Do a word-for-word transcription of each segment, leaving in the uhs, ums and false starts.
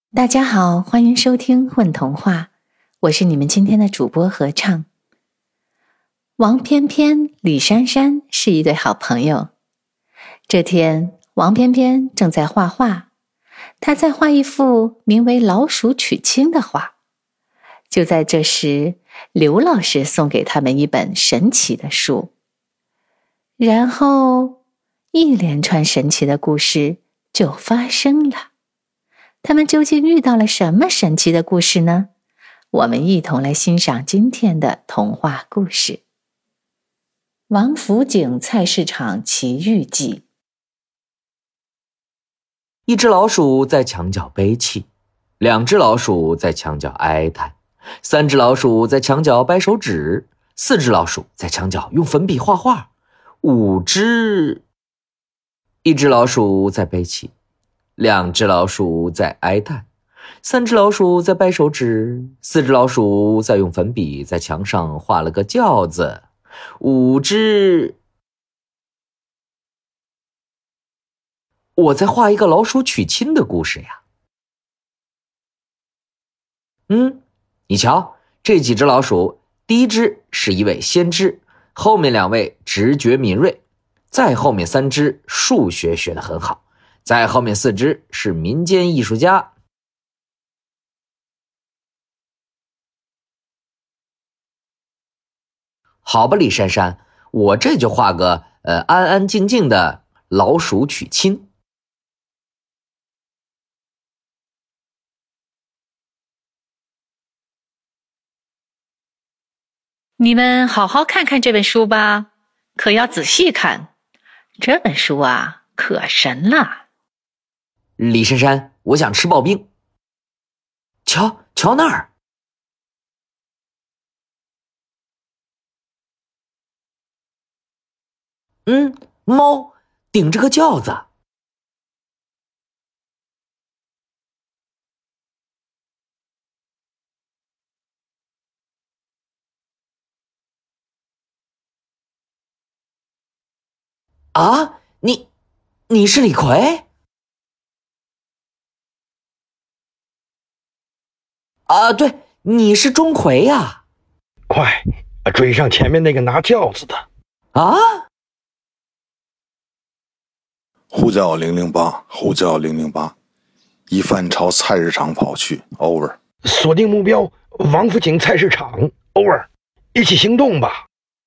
大家好，欢迎收听混童话，我是你们今天的主播合唱。王翩翩、李珊珊是一对好朋友。这天，王翩翩正在画画，她在画一幅名为《老鼠娶亲》的画。就在这时，刘老师送给他们一本神奇的书，然后一连串神奇的故事就发生了。他们究竟遇到了什么神奇的故事呢？我们一同来欣赏今天的童话故事《王府井菜市场奇遇记》。 一只老鼠在墙角悲泣，两只老鼠在墙角哀叹，三只老鼠在墙角掰手指，四只老鼠在墙角用粉笔画画，五只……一只老鼠在悲泣，两只老鼠在哀叹，三只老鼠在掰手指，四只老鼠在用粉笔在墙上画了个轿子，五只……我在画一个老鼠娶亲的故事呀。嗯，你瞧，这几只老鼠，第一只是一位先知，后面两位直觉敏锐，再后面三只数学学得很好，再后面四只是民间艺术家。好吧，李珊珊，我这就画个呃安安静静的老鼠娶亲。 你们好好看看这本书吧，可要仔细看。这本书啊，可神了。 李珊珊，我想吃刨冰。瞧，瞧那儿。嗯，猫顶着个轿子。啊，你，你是李逵？啊，对，你是钟馗呀！ 快，追上前面那个拿轿子的！ 啊！ 呼叫零零八，呼叫零零八，疑犯朝菜市场跑去 ，over。 锁定目标，王府井菜市场 ，over。一起行动吧！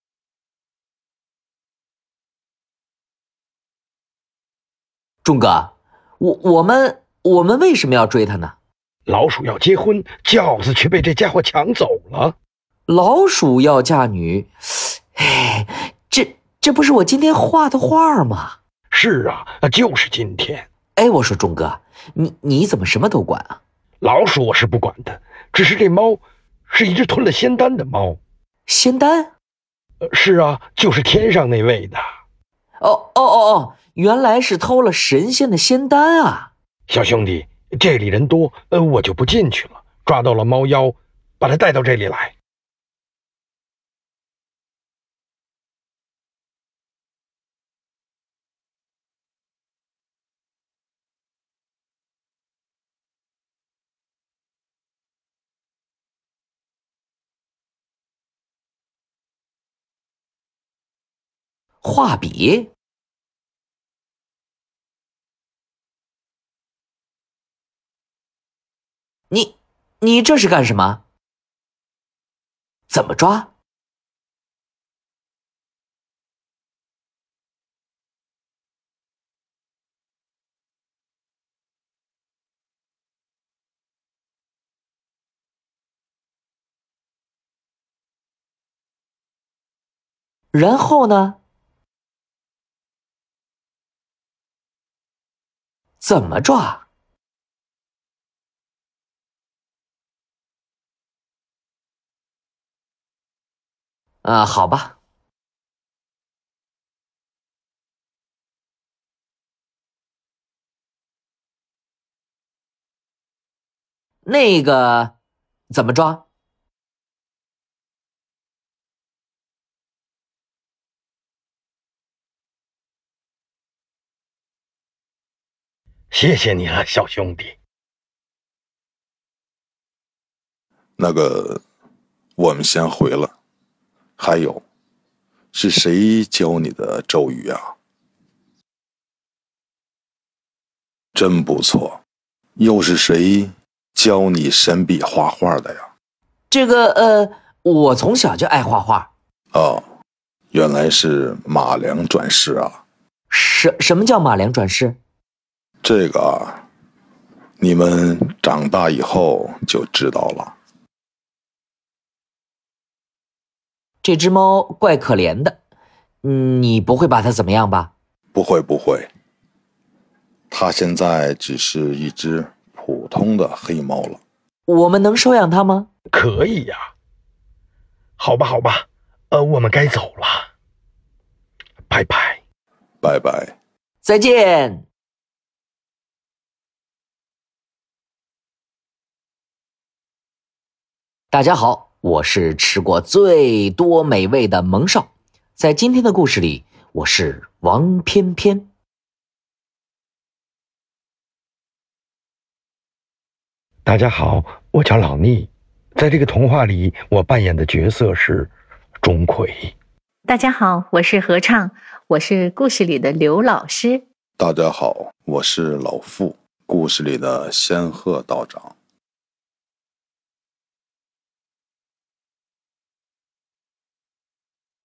钟哥，我我们我们为什么要追他呢？ 老鼠要结婚，轿子却被这家伙抢走了。 老鼠要嫁女，哎，这这不是我今天画的画吗？ 是啊，就是今天。 哎，我说钟哥，你你怎么什么都管啊？ 老鼠我是不管的，只是这猫是一只吞了仙丹的猫。 仙丹？ 是啊，就是天上那位的。 哦哦哦哦，原来是偷了神仙的仙丹啊！ 小兄弟，这里人多，呃，我就不进去了。抓到了猫妖，把它带到这里来。 画笔？你你这是干什么？怎么抓？然后呢？怎么抓？啊，好吧。那个怎么抓？ 谢谢你了，小兄弟。 那个，我们先回了。还有，是谁教你的咒语啊？真不错。又是谁教你神笔画画的呀？ 这个呃，我从小就爱画画。 哦，原来是马良转世啊。 什什么叫马良转世？ 这个啊，你们长大以后就知道了。 这只猫怪可怜的，嗯，你不会把它怎么样吧？ 不会不会，它现在只是一只普通的黑猫了。 我们能收养它吗？ 可以呀。好吧好吧，呃，我们该走了。拜拜。 拜拜。 再见。大家好，我是吃过最多美味的蒙少。在今天的故事里，我是王翩翩。 大家好，我叫老聂，在这个童话里，我扮演的角色是钟馗。 大家好，我是合唱，我是故事里的刘老师。 大家好，我是老傅，故事里的仙鹤道长。